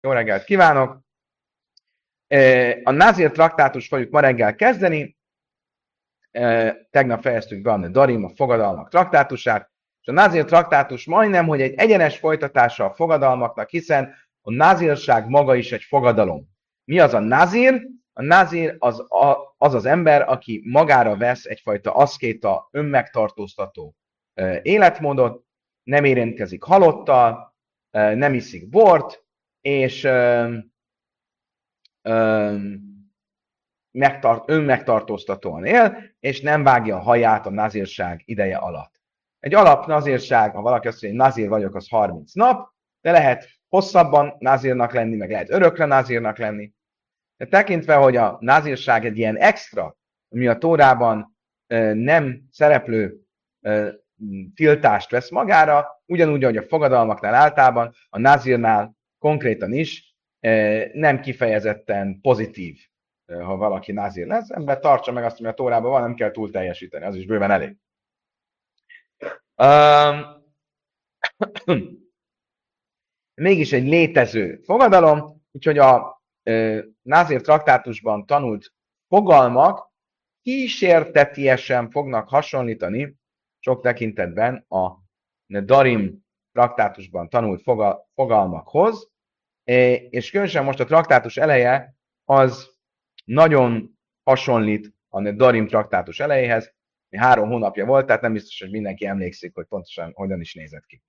Jó reggelt kívánok! A Názir traktátust fogjuk ma reggel kezdeni. Tegnap fejeztük be a Darim, a fogadalmak traktátusát, és a Názir traktátus majdnem, hogy egy egyenes folytatása a fogadalmaknak, hiszen a názírság maga is egy fogadalom. Mi az a názír? A názír az ember, aki magára vesz egyfajta aszkéta, önmegtartóztató életmódot, nem érintkezik halottal, nem iszik bort, és önmegtartóztatóan él, és nem vágja a haját a nazírság ideje alatt. Egy alap nazírság, ha valaki azt mondja, hogy nazír vagyok, az 30 nap, de lehet hosszabban nazírnak lenni, meg lehet örökre nazírnak lenni. De tekintve, hogy a nazírság egy ilyen extra, ami a Tórában nem szereplő tiltást vesz magára, ugyanúgy, ahogy a fogadalmaknál általában, a nazírnál konkrétan is nem kifejezetten pozitív, ha valaki názír lesz, ember tartsa meg azt, ami a Tórában van, nem kell túl teljesíteni, az is bőven elég. Mégis egy létező fogadalom, úgyhogy a názír traktátusban tanult fogalmak kísértetiesen fognak hasonlítani sok tekintetben a Darim traktátusban tanult fogalmakhoz, és különösen most a traktátus eleje az nagyon hasonlít a Darim traktátus elejéhez. 3 hónapja volt, tehát nem biztos, hogy mindenki emlékszik, hogy pontosan hogyan is nézett ki.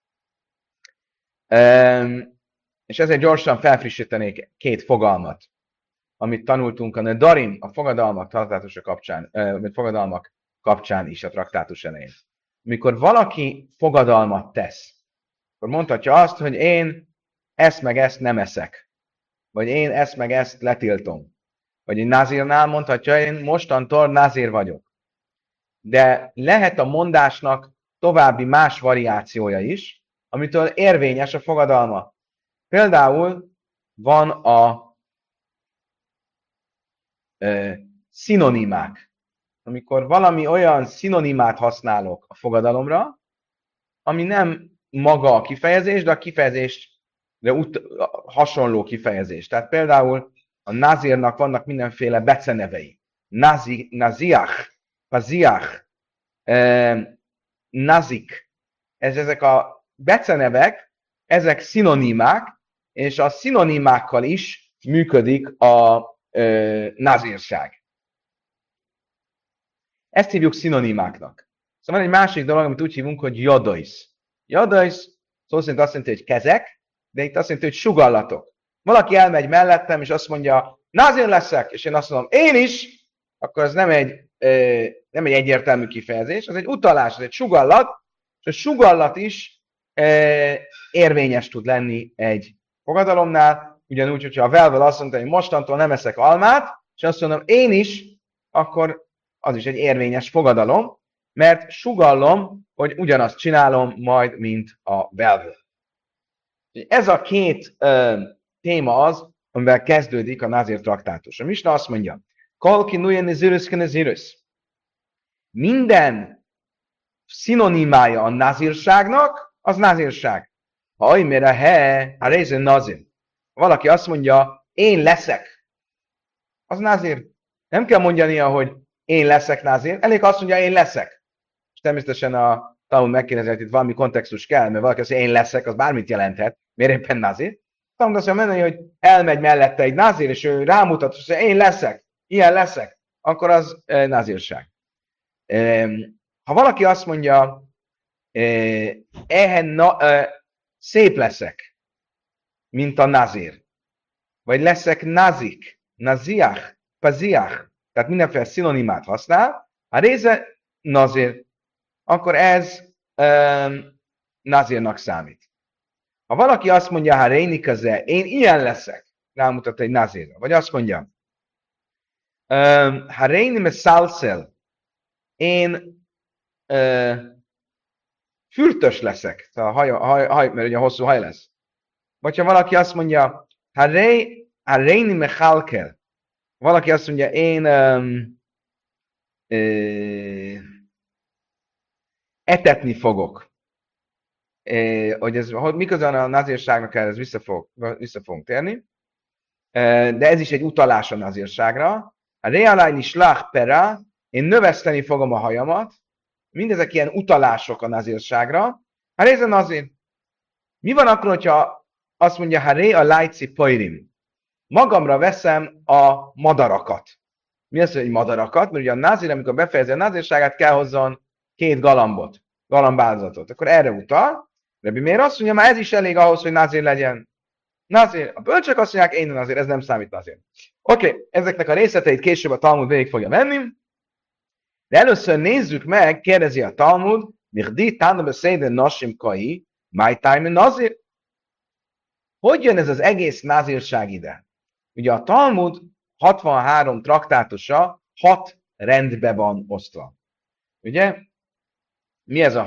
És ezért gyorsan felfrissítenék 2 fogalmat, amit tanultunk a Darim, a fogadalmak traktátusa kapcsán, vagy fogadalmak kapcsán is a traktátus elején. Amikor valaki fogadalmat tesz, akkor mondhatja azt, hogy én ezt meg ezt nem eszek. Vagy én ezt meg ezt letiltom. Vagy egy názírnál mondhatja, én mostantól názír vagyok. De lehet a mondásnak további más variációja is, amitől érvényes a fogadalma. Például van a szinonimák. Amikor valami olyan szinonimát használok a fogadalomra, ami nem maga a kifejezés, de a kifejezésre hasonló kifejezés. Tehát például a nazírnak vannak mindenféle becenevei. Naziach, paziach, nazik. Ezek a becenevek, ezek szinonimák, és a szinonimákkal is működik a nazírság. Ezt hívjuk szinonimáknak. Szóval van egy másik dolog, amit úgy hívunk, hogy jadaisz. Jadaisz szó szerint azt jelenti, hogy kezek, de itt azt jelenti, hogy sugallatok. Valaki elmegy mellettem, és azt mondja, názír leszek, és én azt mondom, én is, akkor ez nem egy egyértelmű kifejezés, az egy utalás, ez egy sugallat, és a sugallat is érvényes tud lenni egy fogadalomnál, ugyanúgy, hogyha a velvel azt mondta, hogy mostantól nem eszek almát, és azt mondom, én is, akkor az is egy érvényes fogadalom, mert sugallom, hogy ugyanazt csinálom majd, mint a velvő. Ez a 2 téma az, amivel kezdődik a názír traktátus. A Misna azt mondja, Kalki nujen zirüsz. Minden szinonimája a názírságnak, az názírság. Ha ajmére a rézen nazír. Valaki azt mondja, én leszek, az názír. Nem kell mondania, hogy én leszek názír, elég azt mondja, én leszek. És természetesen a Talmud megkérdezi, hogy itt valami kontextus kell, mert valaki azt mondja, én leszek, az bármit jelenthet. Miért éppen názír? Talmud azt mondja, hogy elmegy mellette egy názír, és ő rámutat, és mondja, én leszek, ilyen leszek, akkor az názírság. Ha valaki azt mondja, szép leszek, mint a nazír, vagy leszek nazik, naziach, paziach, tehát mindenféle szinonimát használ, a része nazír, akkor ez nazírnak számít. Ha valaki azt mondja, ha réni köze, én ilyen leszek, rámutat egy nazírra, vagy azt mondja, ha réni me szálszel, én fürtös leszek, a haj, mert ugye hosszú haj lesz. Vagy ha valaki azt mondja, ha réni me halkel, valaki azt mondja, én etetni fogok. hogy ez, hogy miközben a nazírságnak ez vissza fogunk térni, de ez is egy utalás a nazírságra. A realájni slach pera, én növeszteni fogom a hajamat, mindezek ilyen utalások a nazírságra. Hát ez a nazír. Mi van akkor, hogyha azt mondja, ha ré a lájci pajrim? Magamra veszem a madarakat. Mi az, hogy madarakat? Mert ugye a nazír, amikor befejezi a nazírságát, kell hozzon 2 galambot, galambáldozatot. Akkor erre utal. Rebbi miért azt mondja, már ez is elég ahhoz, hogy nazír legyen. Nazír. A bölcsök azt mondják, én nazír, ez nem számít nazír. Oké, ezeknek a részleteit később a Talmud végig fogja venni. De először nézzük meg, kérdezi a Talmud, Michdi tána beszéden nasim kai, my time nazir. Hogy jön ez az egész nazírság ide? Ugye a Talmud 63 traktátusa 6 rendbe van osztva. Ugye? Mi ez a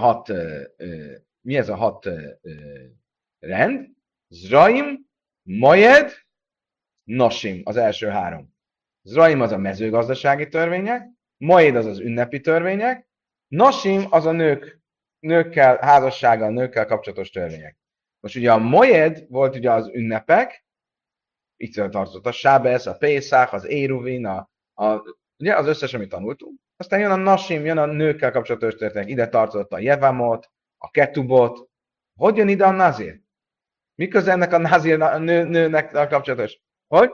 6 rend? Zraim, Majed, Nasim, az első 3. Zraim az a mezőgazdasági törvények, Majed az az ünnepi törvények, Nasim az a nőkkel, házassággal, nőkkel kapcsolatos törvények. Most ugye a Majed volt ugye az ünnepek, itt tartozott a Sábesz, a Pészák, az Éruvin, ugye az összes, amit tanultunk. Aztán jön a Nasim, jön a nőkkel kapcsolatos történet. Ide tartozott a Jevamot, a Ketubot. Hogy jön ide a Nazir? Miközben ennek a Nazir nőnek a kapcsolatos? Hogy?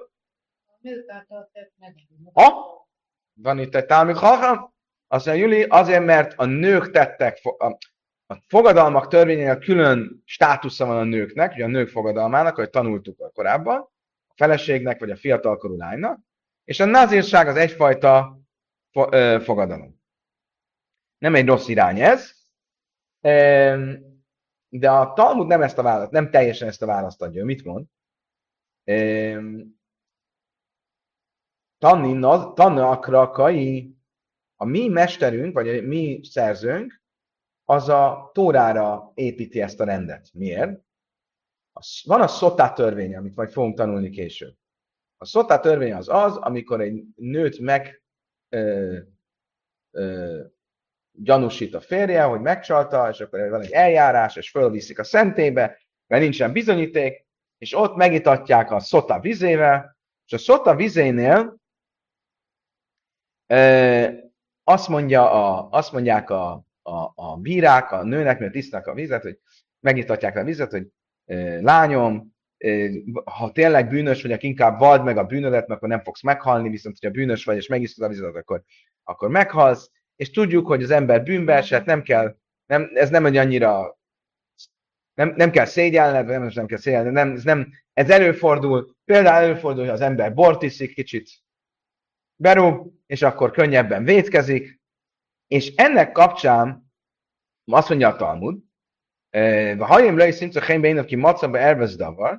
Van itt egy Talmud Chacham? Azt mondja, Juli, azért, mert a nők tettek, a fogadalmak törvényének külön státusza van a nőknek, ugye a nők fogadalmának, ahogy tanultuk korábban, a feleségnek vagy a fiatalkorú lánynak, és a nazírság az egyfajta fogadalom. Nem egy rossz irány ez, de a Talmud nem ezt a választ, nem teljesen ezt a választ adja. Mit mond? Tanna akrakai, a mi mesterünk, vagy a mi szerzőnk, az a Tórára építi ezt a rendet. Miért? Van a Szotá törvény, amit majd fogunk tanulni később. A Szotá törvény az, amikor egy nőt gyanúsít a férje, hogy megcsalta, és akkor van egy eljárás, és fölviszik a szentélybe, mert nincsen bizonyíték, és ott megitatják a Szotá vizével, és a Szotá vizénél azt mondják a bírák, a nőnek, mert isznak a vizet, hogy megitatják a vizet, hogy lányom, ha tényleg bűnös vagy, akkor inkább vald meg a bűnödet, mert akkor nem fogsz meghalni, viszont ha bűnös vagy, és megiszod a vizet, akkor meghalsz, és tudjuk, hogy az ember bűnbe esett, ez nem egy annyira, nem kell szégyelned, nem kell szégyelned, ez előfordul, például előfordul, hogy az ember bort iszik, kicsit berúg, és akkor könnyebben vétkezik, és ennek kapcsán azt mondja a Talmud, ha jön le, szinte helyben aki macaba elvezdavar,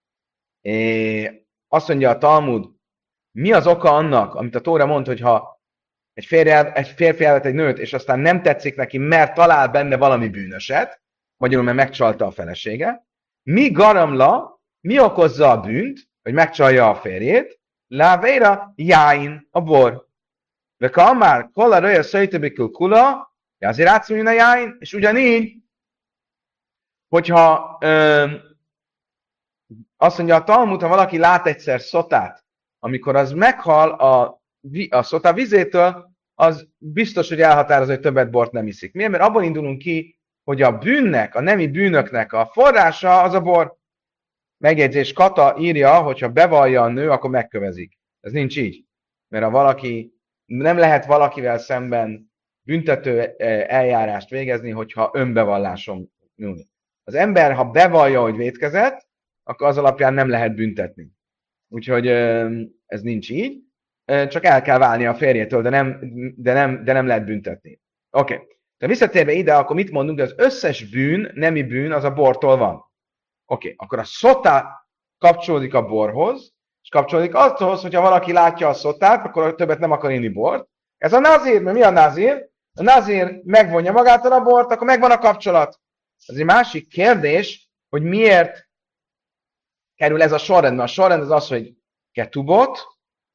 azt mondja a Talmud, mi az oka annak, amit a Tóra mond, hogy ha egy férfi elvet egy nőt, és aztán nem tetszik neki, mert talál benne valami bűnöset, magyarul, mert megcsalta a felesége, mi garamla, mi okozza a bűnt, hogy megcsalja a férjét, lávéra jáin, a bor. De kamár, kola röja szöjtöbikül kula, azért átszújjon a jáin, és ugyanígy, hogyha azt mondja a Talmud, ha valaki lát egyszer szotát, amikor az meghal a szotá vizétől, az biztos, hogy elhatározza, hogy többet bort nem iszik. Miért? Mert abból indulunk ki, hogy a bűnnek, a nemi bűnöknek a forrása az a bor. Megjegyzés, Kata írja, hogyha bevallja a nő, akkor megkövezik. Ez nincs így. Mert ha valaki, nem lehet valakivel szemben büntető eljárást végezni, hogyha önbevalláson nyúl. Az ember, ha bevallja, hogy vétkezett, akkor az alapján nem lehet büntetni. Úgyhogy ez nincs így. Csak el kell válni a férjétől, de nem lehet büntetni. Oké. De visszatérve ide, akkor mit mondunk? Az összes bűn, nemi bűn, az a bortól van. Oké. Akkor a szotá kapcsolódik a borhoz, és kapcsolódik azhoz, hogyha valaki látja a szotát, akkor többet nem akar inni bort. Ez a nazír, mert mi a nazír? A nazír megvonja magától a bort, akkor megvan a kapcsolat. Ez egy másik kérdés, hogy miért kerül ez a sorrend. Mert a sorrend az az, hogy ketubot,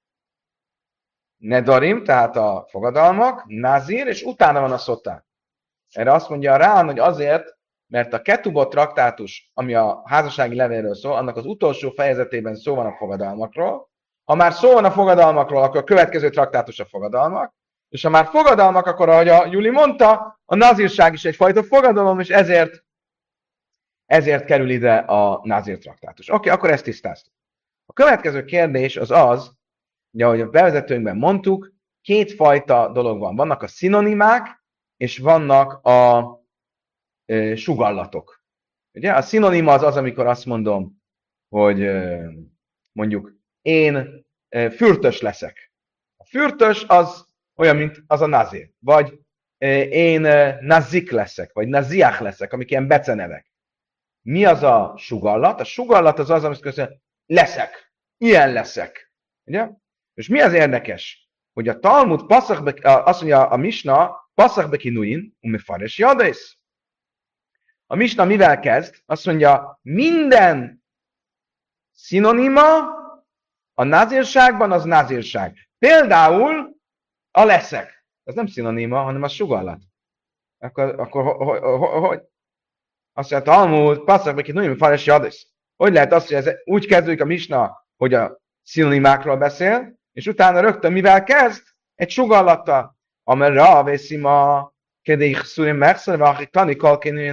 nedarim, tehát a fogadalmak, nazír, és utána van a szotá. Erre azt mondja rá, hogy azért, mert a Ketubot traktátus, ami a házassági levélről szól, annak az utolsó fejezetében szó van a fogadalmakról. Ha már szó van a fogadalmakról, akkor a következő traktátus a fogadalmak, és ha már fogadalmak, akkor ahogy a Juli mondta, a nazírság is egyfajta fogadalom, és ezért kerül ide a nazír traktátus. Oké, akkor ezt tisztáztuk. A következő kérdés az, ugye, ahogy a bevezetőnkben mondtuk, kétfajta dolog van. Vannak a szinonimák, és vannak a sugallatok. Ugye? A szinonima az, amikor azt mondom, hogy mondjuk én fürtös leszek. A fürtös az olyan, mint az a nazir. Vagy én nazik leszek, vagy naziach leszek, amik ilyen becenevek. Mi az a sugallat? A sugallat az, amit köszön, leszek. Ilyen leszek. Ugye? És mi az érdekes? Hogy a Talmud, azt mondja a Misna, Passzach bekinuin, umifares jadész. A Misna mivel kezd? Azt mondja, minden szinonima a nazírságban az nazírság. Például a leszek. Ez nem szinonima, hanem a sugallat. Akkor hogy? Azt mondja, Talmud, Passzach bekinuin, umifares jadész. Hogy lehet azt, hogy ez úgy kezdődik a Misna, hogy a szinonimákról beszél, és utána rögtön mivel kezd? Egy sugallattal. Amerra vészima kedéich szurim megszerve, akik tanikal kéne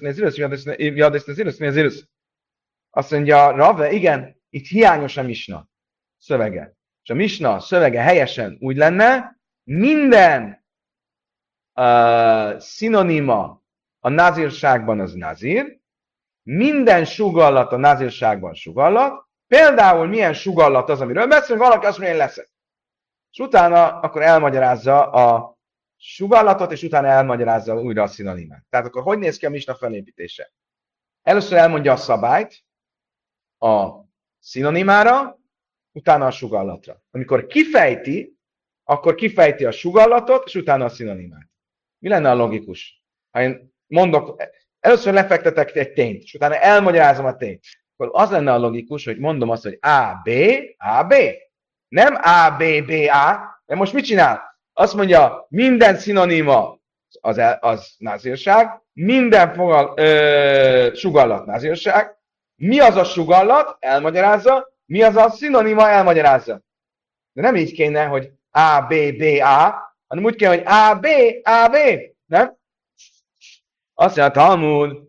nizirus. Azt mondja, Rave, igen, itt hiányos a Misna szövege. És a Misna szövege helyesen úgy lenne, minden szinonima a nazírságban az nazír, minden sugallat a nazírságban sugallat, például milyen sugallat az, amiről beszélünk, valaki azt mondja, én leszek. És utána akkor elmagyarázza a sugallatot, és utána elmagyarázza újra a szinonimát. Tehát akkor hogy néz ki a Misna felépítése? Először elmondja a szabályt a szinonimára, utána a sugallatra. Amikor kifejti, akkor kifejti a sugallatot, és utána a szinonimát. Mi lenne a logikus? Ha én mondok, először lefektetek egy tényt, és utána elmagyarázom a tényt. Akkor az lenne a logikus, hogy mondom azt, hogy A, B, A, B. Nem A, B, B, A. De most mit csinál? Azt mondja, minden szinonima az nazírság, minden sugallat nazírság. Mi az a sugallat? Elmagyarázza. Mi az a szinonima? Elmagyarázza. De nem így kéne, hogy A, B, B, A, hanem úgy kéne, hogy A, B, A, B. Nem? Azt mondja, Talmud,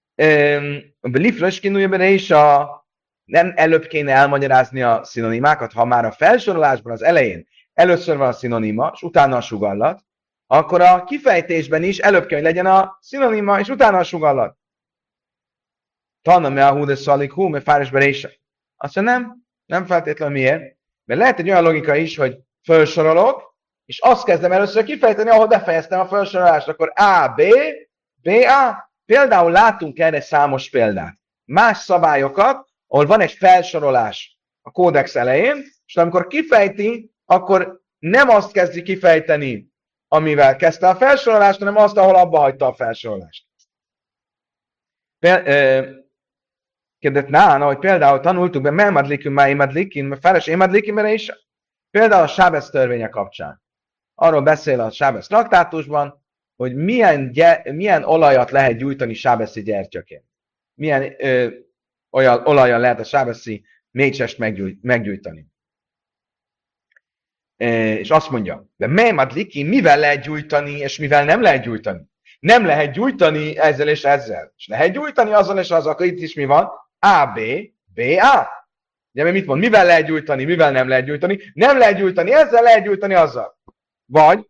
nem előbb kéne elmagyarázni a szinonimákat, ha már a felsorolásban az elején először van a szinonima, és utána a sugallat, akkor a kifejtésben is előbb kell, hogy legyen a szinonima, és utána a sugallat. Tanna me a húde szalik hú, me fáros berése. Azt mondja, nem feltétlenül miért, mert lehet egy olyan logika is, hogy felsorolok, és azt kezdem először kifejteni, ahol befejeztem a felsorolást, akkor A, B, B, A. Például látunk erre számos példát. Más szabályokat, ahol van egy felsorolás a kódex elején, és amikor kifejti, akkor nem azt kezdi kifejteni, amivel kezdte a felsorolást, hanem azt, ahol abba hagyta a felsorolást. Kérdett nána, hogy például tanultuk be, memadlikin, máimadlikin, feles émadlikin, is. Például a Sábesz törvénye kapcsán. Arról beszél a Sábesz traktátusban, hogy milyen olajat lehet gyújtani sábeszi gyertyaként. Milyen olyan olajan lehet a sábeszi mécsest meggyújtani. És azt mondja, de memadliki, mivel lehet gyújtani, és mivel nem lehet gyújtani? Nem lehet gyújtani ezzel és ezzel. És lehet gyújtani azzal és azzal, akkor itt is mi van? A, B, B, A. Ugye mit mond? Mivel lehet gyújtani, mivel nem lehet gyújtani? Nem lehet gyújtani ezzel, lehet gyújtani azzal. Vagy,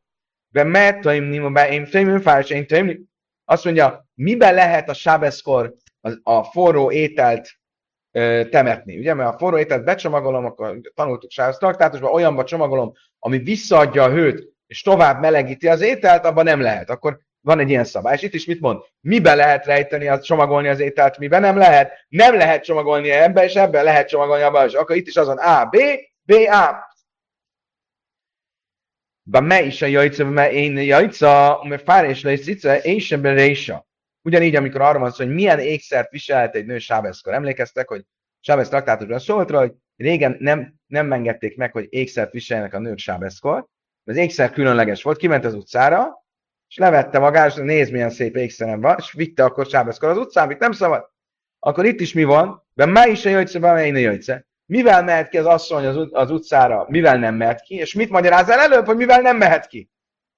azt mondja, miben lehet a sábeszkor a forró ételt temetni. Ugye, mert a forró ételt becsomagolom, akkor tanultuk Sábesz traktátusban, olyanba csomagolom, ami visszaadja a hőt, és tovább melegíti az ételt, abban nem lehet. Akkor van egy ilyen szabály. És itt is mit mond? Miben lehet rejteni, csomagolni az ételt, miben nem lehet? Nem lehet csomagolni ebbe, és ebben lehet csomagolni abban, és akkor itt is azon A, B, B, A. Me is a jajca, mert én jajca, mert fárés lesz cica, és ebben résa. Ugyanígy, amikor arra van szó, hogy milyen ékszert viselhet egy nő sábeszkor. Emlékeztek, hogy Sábesz traktátusban szólt rá, hogy régen nem engedték meg, hogy ékszert viseljenek a nők sábeszkor. Az ékszer különleges volt, kiment az utcára, és levette magát, és nézd, milyen szép ékszerem van, és vitte akkor Sábeszkor az utcán, itt nem szabad. Akkor itt is mi van? De már is a jöjjtsze, be jöjjtsze. Mivel mehet ki az asszony az utcára, mivel nem mehet ki, és mit magyaráz el előbb, hogy mivel nem mehet ki?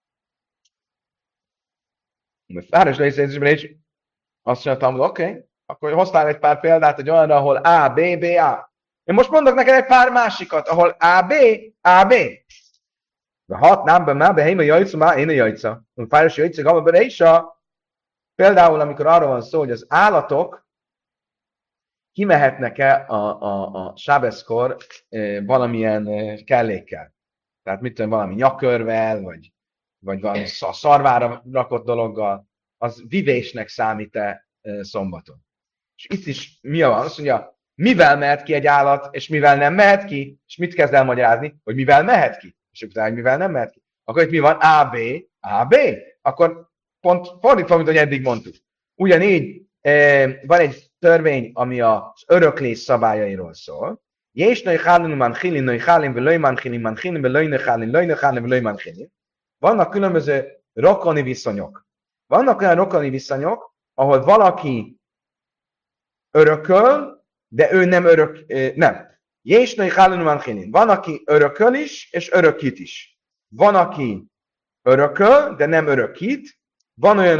Város részletésben is azt mondtam, hogy oké, akkor hoztál egy pár példát egy olyanra, ahol A, B, B, A. Én most mondok neked egy pár másikat, ahol A, B, A, B. De hat nem be már, behéma jajca, már én a jajca. Város jajca, gama bere is például, amikor arról van szó, hogy az állatok kimehetnek-e a sábeszkor valamilyen kellékkel. Tehát mit tudom, valami nyakörvel, vagy valami szarvára rakott dologgal, az vivésnek számít-e szombaton. És itt is mi van? Azt mondja, mivel mehet ki egy állat, és mivel nem mehet ki, és mit kezd el magyarázni, hogy mivel mehet ki, és utána, hogy mivel nem mehet ki. Akkor itt mi van? A, B, A, B. Akkor pont fordítva, mint hogy eddig mondtuk. Ugyanígy van egy törvény, ami az öröklés szabályairól szól. Jésnai hálin man chilin, nai hálin, velöj man chilin, man chilin, velöj ne hálin, velöj man chilin. Vannak különböző rokoni viszonyok. Vannak olyan rokoni viszonyok, ahol valaki örököl, de ő nem nem. Jésnai hálin man chilin. Van, aki örököl is, és örökít is. Van, aki örököl, de nem örökít. Van olyan,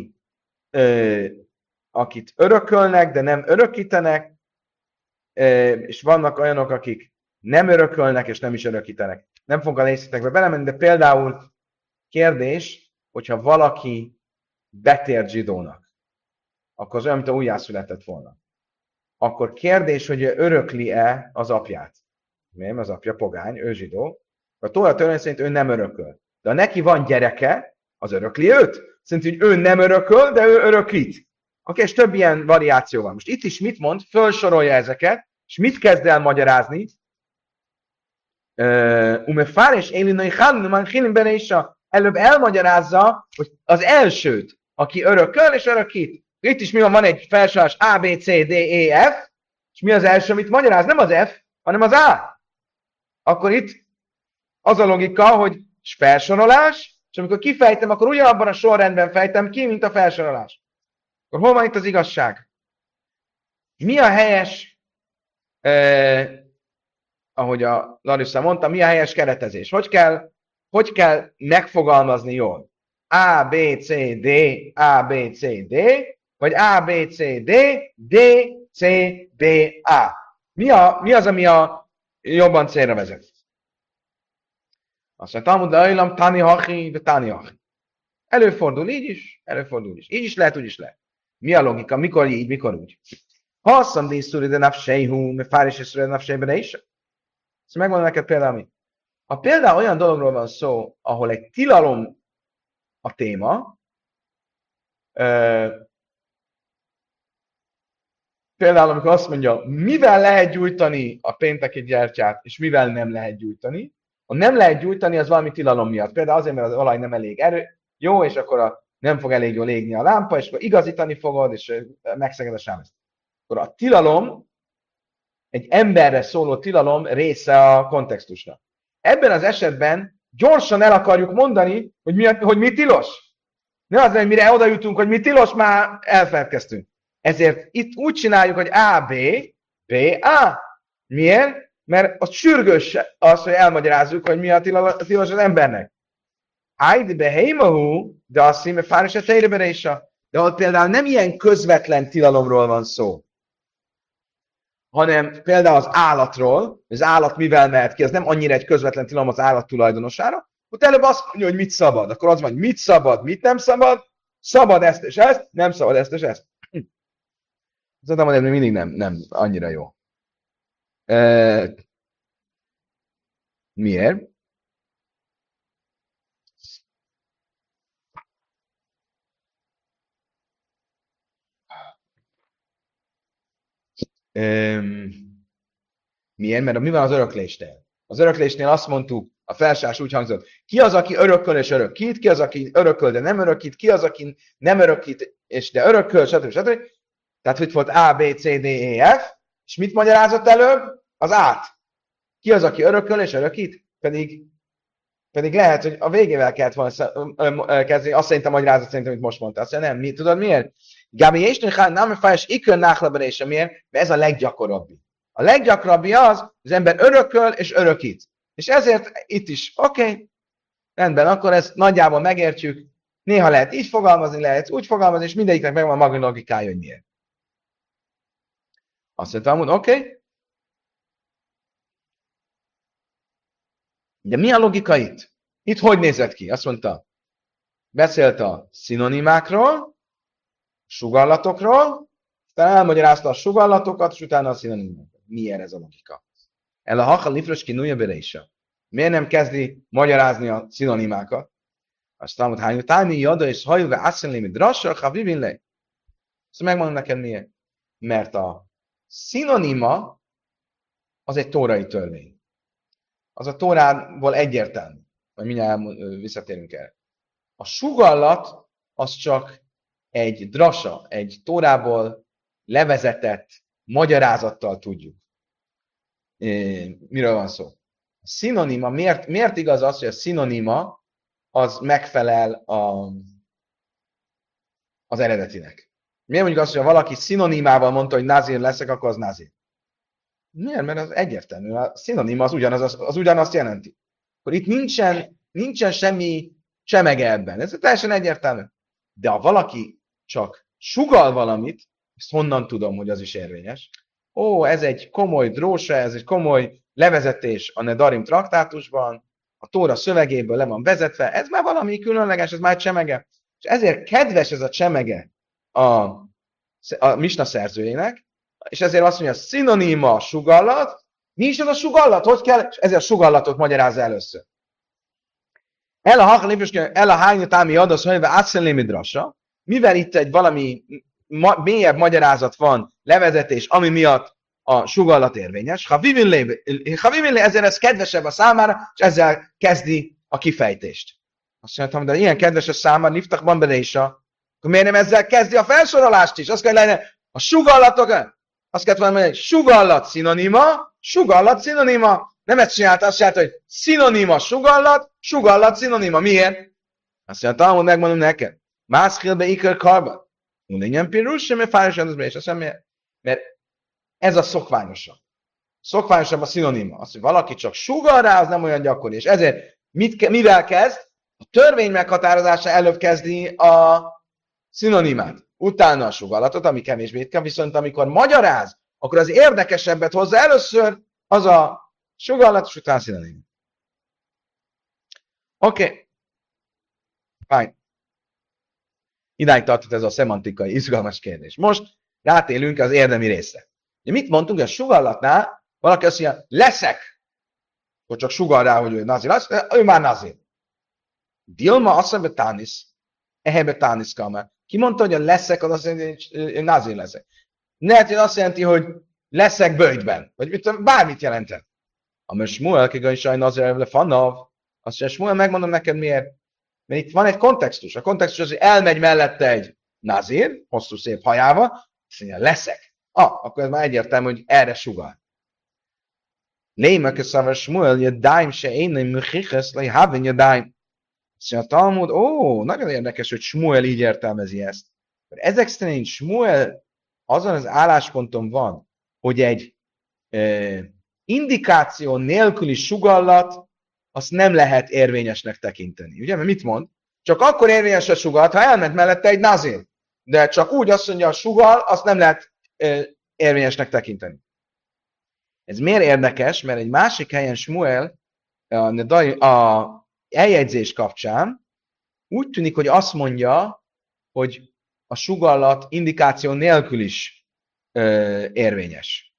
akit örökölnek, de nem örökítenek, és vannak olyanok, akik nem örökölnek, és nem is örökítenek. Nem fogok a részletekbe belemenni, de például kérdés, hogyha valaki betért zsidónak, akkor az olyan, mint a újjászületett volna. Akkor kérdés, hogy ő örökli-e az apját. Miért? Az apja pogány, ő zsidó. A Tóra törvény szerint ő nem örököl. De ha neki van gyereke, az örökli őt. Szerint, hogy ő nem örököl, de ő örökít. Oké, és több ilyen variáció van. Most itt is mit mond? Fölsorolja ezeket, és mit kezd el magyarázni? Umefáres élinai hálnuman chilin benne is előbb elmagyarázza, hogy az elsőt, aki örököl és örökít. Itt is mi van egy felsorolás A, B, C, D, E, F, és mi az első, amit magyaráz? Nem az F, hanem az A. Akkor itt az a logika, hogy felsorolás, és amikor kifejtem, akkor ugyanabban a sorrendben fejtem ki, mint a felsorolás. Akkor hol van itt az igazság? Mi a helyes, ahogy a Larissa mondta, mi a helyes keretezés? Hogy kell megfogalmazni jól? A, B, C, D, A, B, C, D, vagy A, B, C, D, D, C, B, A. Mi az, ami jobban célra vezet? Azt mondja, Talmud leajlam, tani hachi, de tani hachi. Előfordul így is, előfordul is. Így is lehet, úgy is lehet. Mi a logika? Mikor így, mikor úgy? Ha azt mondja, hogy de napsejhú, mert fáris és szüle napsejben is. Szóval megmondom neked például mi. Ha például olyan dologról van szó, ahol egy tilalom a téma, például amikor azt mondja, mivel lehet gyújtani a pénteki gyertyát, és mivel nem lehet gyújtani, ha nem lehet gyújtani, az valami tilalom miatt. Például azért, mert az olaj nem elég jó, és akkor nem fog elég jól égni a lámpa, és akkor igazítani fogod, és megszeged a sámeszt. Akkor a tilalom, egy emberre szóló tilalom része a kontextusnak. Ebben az esetben gyorsan el akarjuk mondani, hogy mi tilos. Ne az, hogy mire oda jutunk, hogy mi tilos, már elfeledkeztünk. Ezért itt úgy csináljuk, hogy A, B, B, A. Miért? Mert az sürgős az, hogy elmagyarázzuk, hogy mi a tilos az embernek. Ájdi beheimahu, de azt hiszem, fáris a tejrebere is. De ott például nem ilyen közvetlen tilalomról van szó, hanem például az állatról, az állat mivel mehet ki, ez nem annyira egy közvetlen tilalom az állat tulajdonosára, ott előbb azt mondja, hogy mit szabad. Akkor az van, hogy mit szabad, mit nem szabad, szabad ezt és ezt, nem szabad ezt és ezt. Szerintem, hogy mindig nem annyira jó. Miért? Miért? Mert mi van az öröklésnél? Az öröklésnél azt mondtuk, a felsás úgy hangzott, ki az, aki örököl és örökít, ki az, aki örököl, de nem örökít, ki az, aki nem örökít, és de örököl, stb. Tehát hogy volt A, B, C, D, E, F, és mit magyarázott előbb? Az át. Ki az, aki örököl és örökít? Pedig Pedig lehet, hogy a végével kellett volna kezdeni, azt szerintem, hogy rázat szerintem, amit most mondtál. Azt mondja, nem, tudod miért? Gábi és nem fájás ikön náhlaberése. Miért? Mert ez a leggyakorabbi. A leggyakorabbi az ember örököl és örökít. És ezért itt is, oké, rendben, akkor ezt nagyjából megértjük. Néha lehet így fogalmazni, lehet úgy fogalmazni, és mindegyiknek megvan a maga logikája, hogy miért. Azt mondtam, hogy oké. De mi a logika itt? Itt hogy nézett ki? Azt mondta, beszélt a szinonimákról, sugallatokról, aztán elmagyarázta a sugallatokat, és utána a szinonimákat. Miért ez a logika? El a hachal nifroski nuja bereisa. Miért nem kezdi magyarázni a szinonimákat? Aztán mondta, hogy tájmi jada és hajúve asszenlémi drassal, ha vivinlej. Azt megmondom neked miért. Mert a szinonima az egy tórai törvény. Az a Tórából egyértelmű. Majd mindjárt visszatérünk erre. A sugallat az csak egy drasa, egy Tórából levezetett magyarázattal tudjuk. Miről van szó? A szinonima, miért igaz az, hogy a szinonima az megfelel az eredetinek? Miért mondjuk azt, hogy ha valaki szinonimával mondta, hogy nazír leszek, akkor az nazír? Miért? Mert az egyértelmű. A szinonima az ugyanazt jelenti. Akkor itt nincsen semmi csemege ebben. Ez teljesen egyértelmű. De ha valaki csak sugall valamit, ezt honnan tudom, hogy az is érvényes? Ó, ez egy komoly drósa, ez egy komoly levezetés a Nedarim traktátusban, a Tóra szövegéből le van vezetve, ez már valami különleges, ez már egy csemege. És ezért kedves ez a csemege a misna szerzőjének, és ezért azt mondja, szinoníma a sugallat. Mi is az a sugallat? Hogy kell? És ezért a sugallatot magyarázza először. El a hányutámi adasz, hogy átszenlémi drassa, mivel itt egy valami mélyebb magyarázat van, levezetés, ami miatt a sugallat érvényes, ha vivinlé, ezért ez kedvesebb a számára, és ezzel kezdi a kifejtést. Azt mondtam, de ilyen kedves a számára, niftakban bele is akkor miért nem ezzel kezdi a felsorolást is? Azt kell lenni, a sugallatok, azt kellett volna mondani, sugallat, szinonima. Nem ezt csinálta, azt csinálta, hogy szinonima, sugallat, szinonima. Miért? Azt mondja, Talmud, megmondom neked. Mászkélbe ikör karba. Ugyan pirus, sem fájosan az be, és azt mondja, mert ez a szokványosabb. Szokványosabb a szinonima. Az, hogy valaki csak sugal rá, az nem olyan gyakori. És ezért mivel kezd? A törvény meghatározása előbb kezdi a szinonimát. Utána a sugallatot, ami kevésbé ritka, viszont amikor magyaráz, akkor az érdekesebbet hozza először, az a sugallat, és utána a szinonim. Oké. Fine. Idáig tartott ez a szemantikai, izgalmas kérdés. Most rátélünk az érdemi részre. Ugye mit mondtunk, hogy a sugallatnál valaki azt mondja, leszek, akkor csak sugal rá, hogy ő nazir, ő már nazir. Dilma azt mondja, tánisz. Ehebe tánisz kamar. Ki mondta, hogy a leszek, az azt jelenti, hogy nazir leszek. Lehet, hogy azt jelenti, hogy leszek bőjtben. Vagy bármit jelentett. A Smuel, kigai saj nazir le fanav. Azt mondja, Smuel, megmondom neked miért. Mert itt van egy kontextus. A kontextus az, hogy elmegy mellette egy nazir, hosszú szép hajával, azt mondja, leszek. Akkor ez már egyértelmű, hogy erre sugal. Lémek a szavar Smuel, jadaim se én nem műchiches, lej havin jadaim. Azt mondja, a Talmud, nagyon érdekes, hogy Smuel így értelmezi ezt. Mert ezek szerint Smuel azon az állásponton van, hogy egy indikáció nélküli sugallat azt nem lehet érvényesnek tekinteni. Ugye? Mert mit mond? Csak akkor érvényes a sugallat, ha elment mellette egy nazir. De csak úgy azt mondja, a sugal, azt nem lehet érvényesnek tekinteni. Ez miért érdekes? Mert egy másik helyen Smuel a eljegyzés kapcsán úgy tűnik, hogy azt mondja, hogy a sugallat indikáció nélkül is érvényes.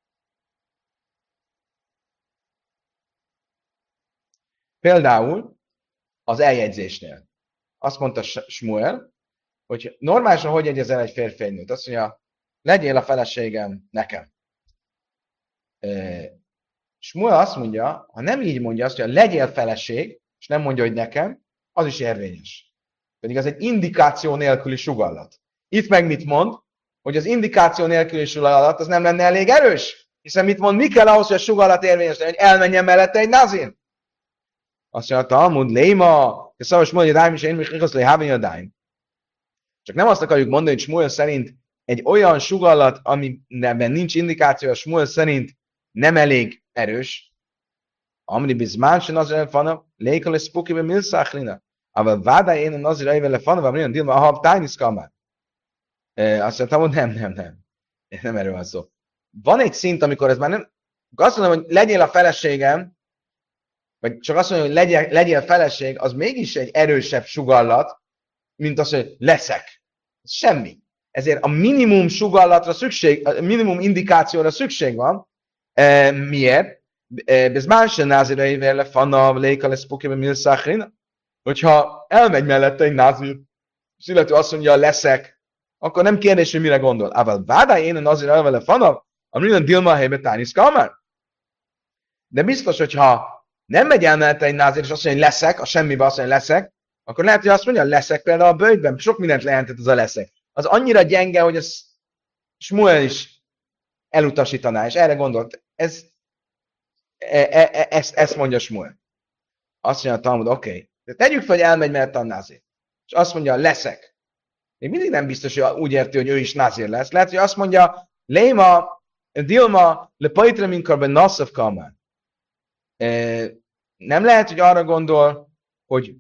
Például az eljegyzésnél. Azt mondta Smuel, hogy normálisan hogy jegyezel egy férfi egy nőt? Azt mondja, legyél a feleségem nekem. Smuel azt mondja, ha nem így mondja, azt mondja, legyél feleség, és nem mondja, hogy nekem, az is érvényes. Pedig az egy indikáció nélküli sugallat. Itt meg mit mond? Hogy az indikáció nélküli sugallat az nem lenne elég erős? Hiszen mit mond, mi kell ahhoz, hogy a sugallat érvényes, hogy elmenjen mellette egy nazir? Azt mondja, a Talmud, léma, és szavas mondja, hogy ráim is én is igaz, hogy a dáim. Csak nem azt akarjuk mondani, hogy Smuel szerint egy olyan sugallat, amiben nincs indikáció, a Smuel szerint nem elég erős. Amri bizmán se nazir fana, lékal és spukibe milszáchlina. Ával vádá én a nazir vele fana, vagy milyen dilma, ahab tájnisz kamár. Azt mondtam, hogy nem. Nem erről van szó. Van egy szint, amikor ez már nem... Azt mondom, hogy legyél a feleségem, vagy csak azt mondom, hogy legyél feleség, az mégis egy erősebb sugallat, mint az, hogy leszek. Semmi. Ezért a minimum sugallatra szükség, a minimum indikációra szükség van. Miért? Ez más názirei vele fanav, léka lesz pokébe milszáchrina. Hogyha elmegy mellette egy názir, és illető azt mondja, leszek, akkor nem kérdés, hogy mire gondol. Ával vádá én a názir elvele fanav, amilyen dilma a helybe tánisz kamár. De biztos, hogyha nem megy el mellette egy názir, és azt mondja, hogy leszek, a semmibe azt mondja, hogy leszek, akkor lehet, hogy azt mondja, leszek például a böjtben. Sok mindent lejelentett az a leszek. Az annyira gyenge, hogy ez Smuel is elutasítaná, és erre gondolt. Ezt mondja Smuel. Azt mondja a Talmud, oké. De tegyük fel, hogy elmegy mellette a názir. És azt mondja, leszek. Még mindig nem biztos, hogy úgy érti, hogy ő is názir lesz. Lehet, hogy azt mondja, léma, dilma, le pajtre minkarben naszav kamán. Nem lehet, hogy arra gondol, hogy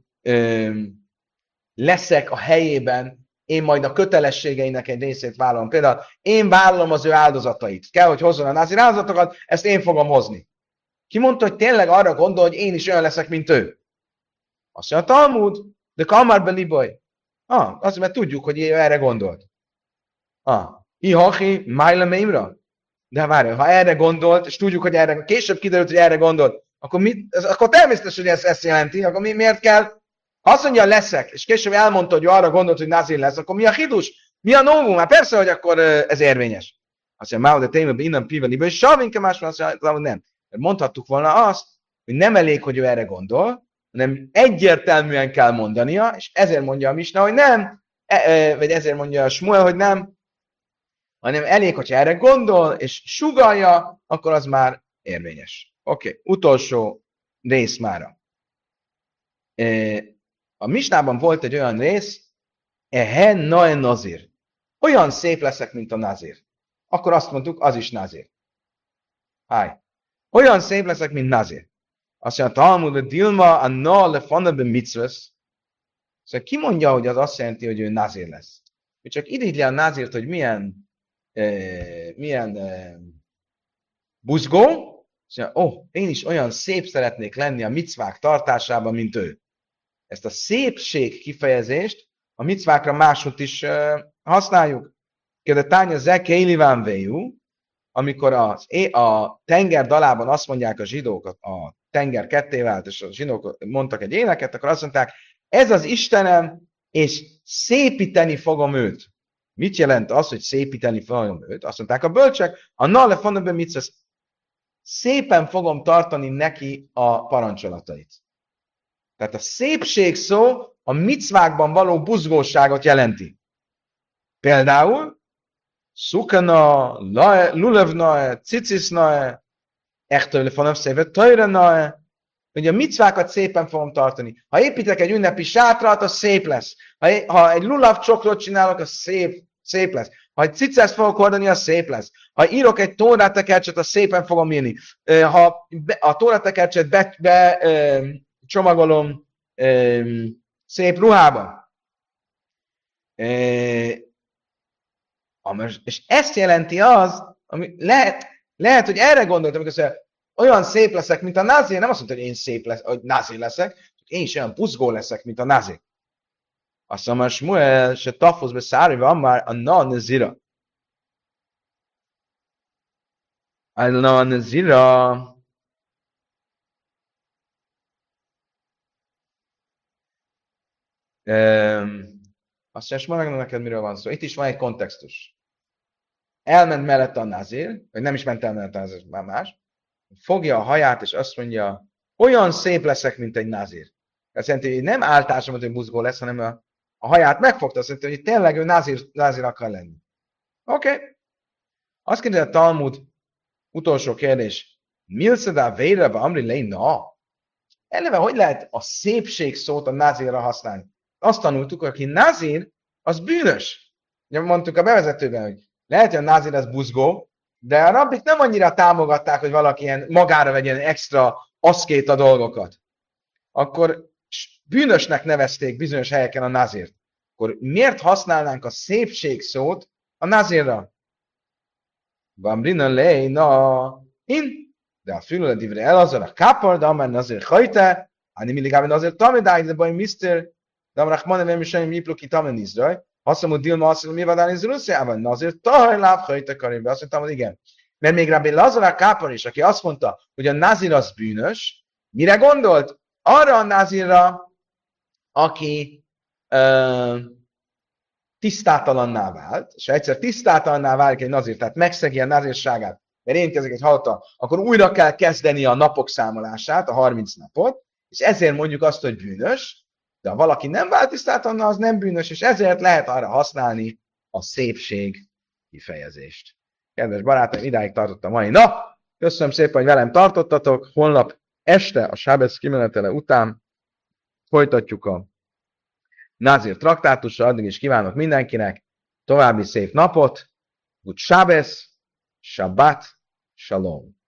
leszek a helyében, én majd a kötelességeinek egy részét vállalom. Például én vállalom az ő áldozatait. Kell, hogy hozzon a názir áldozatokat, ezt én fogom hozni. Ki mondta, hogy tényleg arra gondol, hogy én is olyan leszek, mint ő? Azt mondja a Talmud, de kamárbe libaj. Azt, mert tudjuk, hogy ő erre gondolt. Hihachi, májla mémra? De várj, ha erre gondolt, és tudjuk, hogy erre, később kiderült, hogy erre gondolt, akkor természetes, hogy ezt jelenti, akkor miért kell? Ha azt mondja, leszek, és később elmondta, hogy arra gondolt, hogy nazir lesz, akkor mi a hidus? Mi a novum? Hát persze, hogy akkor ez érvényes. Azt mondja, máu de témében innen piveliből, és savinke másban azt mondja, hogy nem. Mondhattuk volna azt, hogy nem elég, hogy ő erre gondol, hanem egyértelműen kell mondania, és ezért mondja a Misna, hogy nem, vagy ezért mondja a Smuel, hogy nem, hanem elég, hogyha erre gondol, és sugallja, akkor az már érvényes. Oké, utolsó rész mára. A Misnában volt egy olyan rész, ehen nae nazir. Olyan szép leszek, mint a nazir. Akkor azt mondtuk, az is nazir. Olyan szép leszek, mint nazir. Azt mondja, Talmud, a dilma, a na le fanabe mitzvesz. Szóval ki mondja, hogy az azt jelenti, hogy ő nazir lesz? Ő csak idézli a nazirt, hogy milyen buzgó, és mondja, én is olyan szép szeretnék lenni a micvák tartásában, mint ő. Ezt a szépség kifejezést a micvákra máshogy is használjuk. Kérde tánya zekéiliván véjú, amikor a tenger dalában azt mondják a zsidók, a tenger ketté vált, és a zsidók mondtak egy éneket, akkor azt mondták, ez az Istenem, és szépíteni fogom őt. Mit jelent az, hogy szépíteni fogom őt? Azt mondták a bölcsek, a nale fonabe mit szépen fogom tartani neki a parancsolatait. Tehát a szépség szó a micvákban való buzgóságot jelenti. Például szukana, lulevna, cicisna, echtől fonav szévet, tajrana, hogy a micvákat szépen fogom tartani. Ha építek egy ünnepi sátrat, az szép lesz. Ha egy lulav csokrot csinálok, az szép lesz. Ha egy cicást fogok hordani, az szép lesz. Ha írok egy tóratekercset, az szépen fogom írni. Ha a tóratekercset csomagolom szép ruhába. És ezt jelenti az, ami lehet, hogy erre gondoltam, amikor azt mondja, olyan szép leszek, mint a nazir, nem azt mondta, hogy én szép leszek, hogy nazir leszek, én is olyan buzgó leszek, mint a nazir. Azt mondja, Smuel, se tafoz be szári, van már a nazira. A nazira. Azt mondja, Smuel, neked miről van szó. Itt is van egy kontextus. Elment mellette a nazir, vagy nem is ment el mellette a nazir, már más. Fogja a haját, és azt mondja, olyan szép leszek, mint egy nazir. Ez jelenti, hogy nem áltásomat, hogy buzgó lesz, hanem a haját megfogta, azt mondja, hogy tényleg ő nazir akar lenni. Oké. Azt kérdezi a Talmud, utolsó kérdés, Milszedá vére amri lei na? eleve hogy lehet a szépség szót a nazírra használni? Azt tanultuk, hogy aki nazír, az bűnös. Ugye mondtuk a bevezetőben, hogy lehet, hogy a nazír az buzgó, de a rabbik nem annyira támogatták, hogy valaki ilyen magára vegyen extra aszkéta dolgokat. Akkor bűnösnek nevezték bizonyos helyeken a nazírt. Akkor miért használnánk a szépség szót a nazírra? Bamrina lej, na, de a fülöle divre elazar a kápar, de amár nazír hajte, ani milligában nazír tamidáig, de baj miszter, de amrach manem nem is semmi mipluki tamen izraj, haszamú dilma azt mondja, mi vadán izruszjában, nazír tahaj láb hajte karimbe. Azt mondtam, hogy igen. Mert még Rabbi Lazar a kápar is, aki azt mondta, hogy a nazír az bűnös, mire gondolt? Arra a nazírra, aki tisztátalanná vált, és ha egyszer tisztátalanná válik egy nazír, tehát megszegi a nazírságát, mert érkezik egy halta, akkor újra kell kezdeni a napok számolását, a 30 napot, és ezért mondjuk azt, hogy bűnös, de ha valaki nem vált tisztátalanná, az nem bűnös, és ezért lehet arra használni a szépség kifejezést. Kedves barátaim, idáig tartott a mai nap. Köszönöm szépen, hogy velem tartottatok. Holnap este a Sábesz kimenetele után folytatjuk a Názir traktátusra. Addig is kívánok mindenkinek további szép napot. Good Sábesz, Shabbat, Shalom.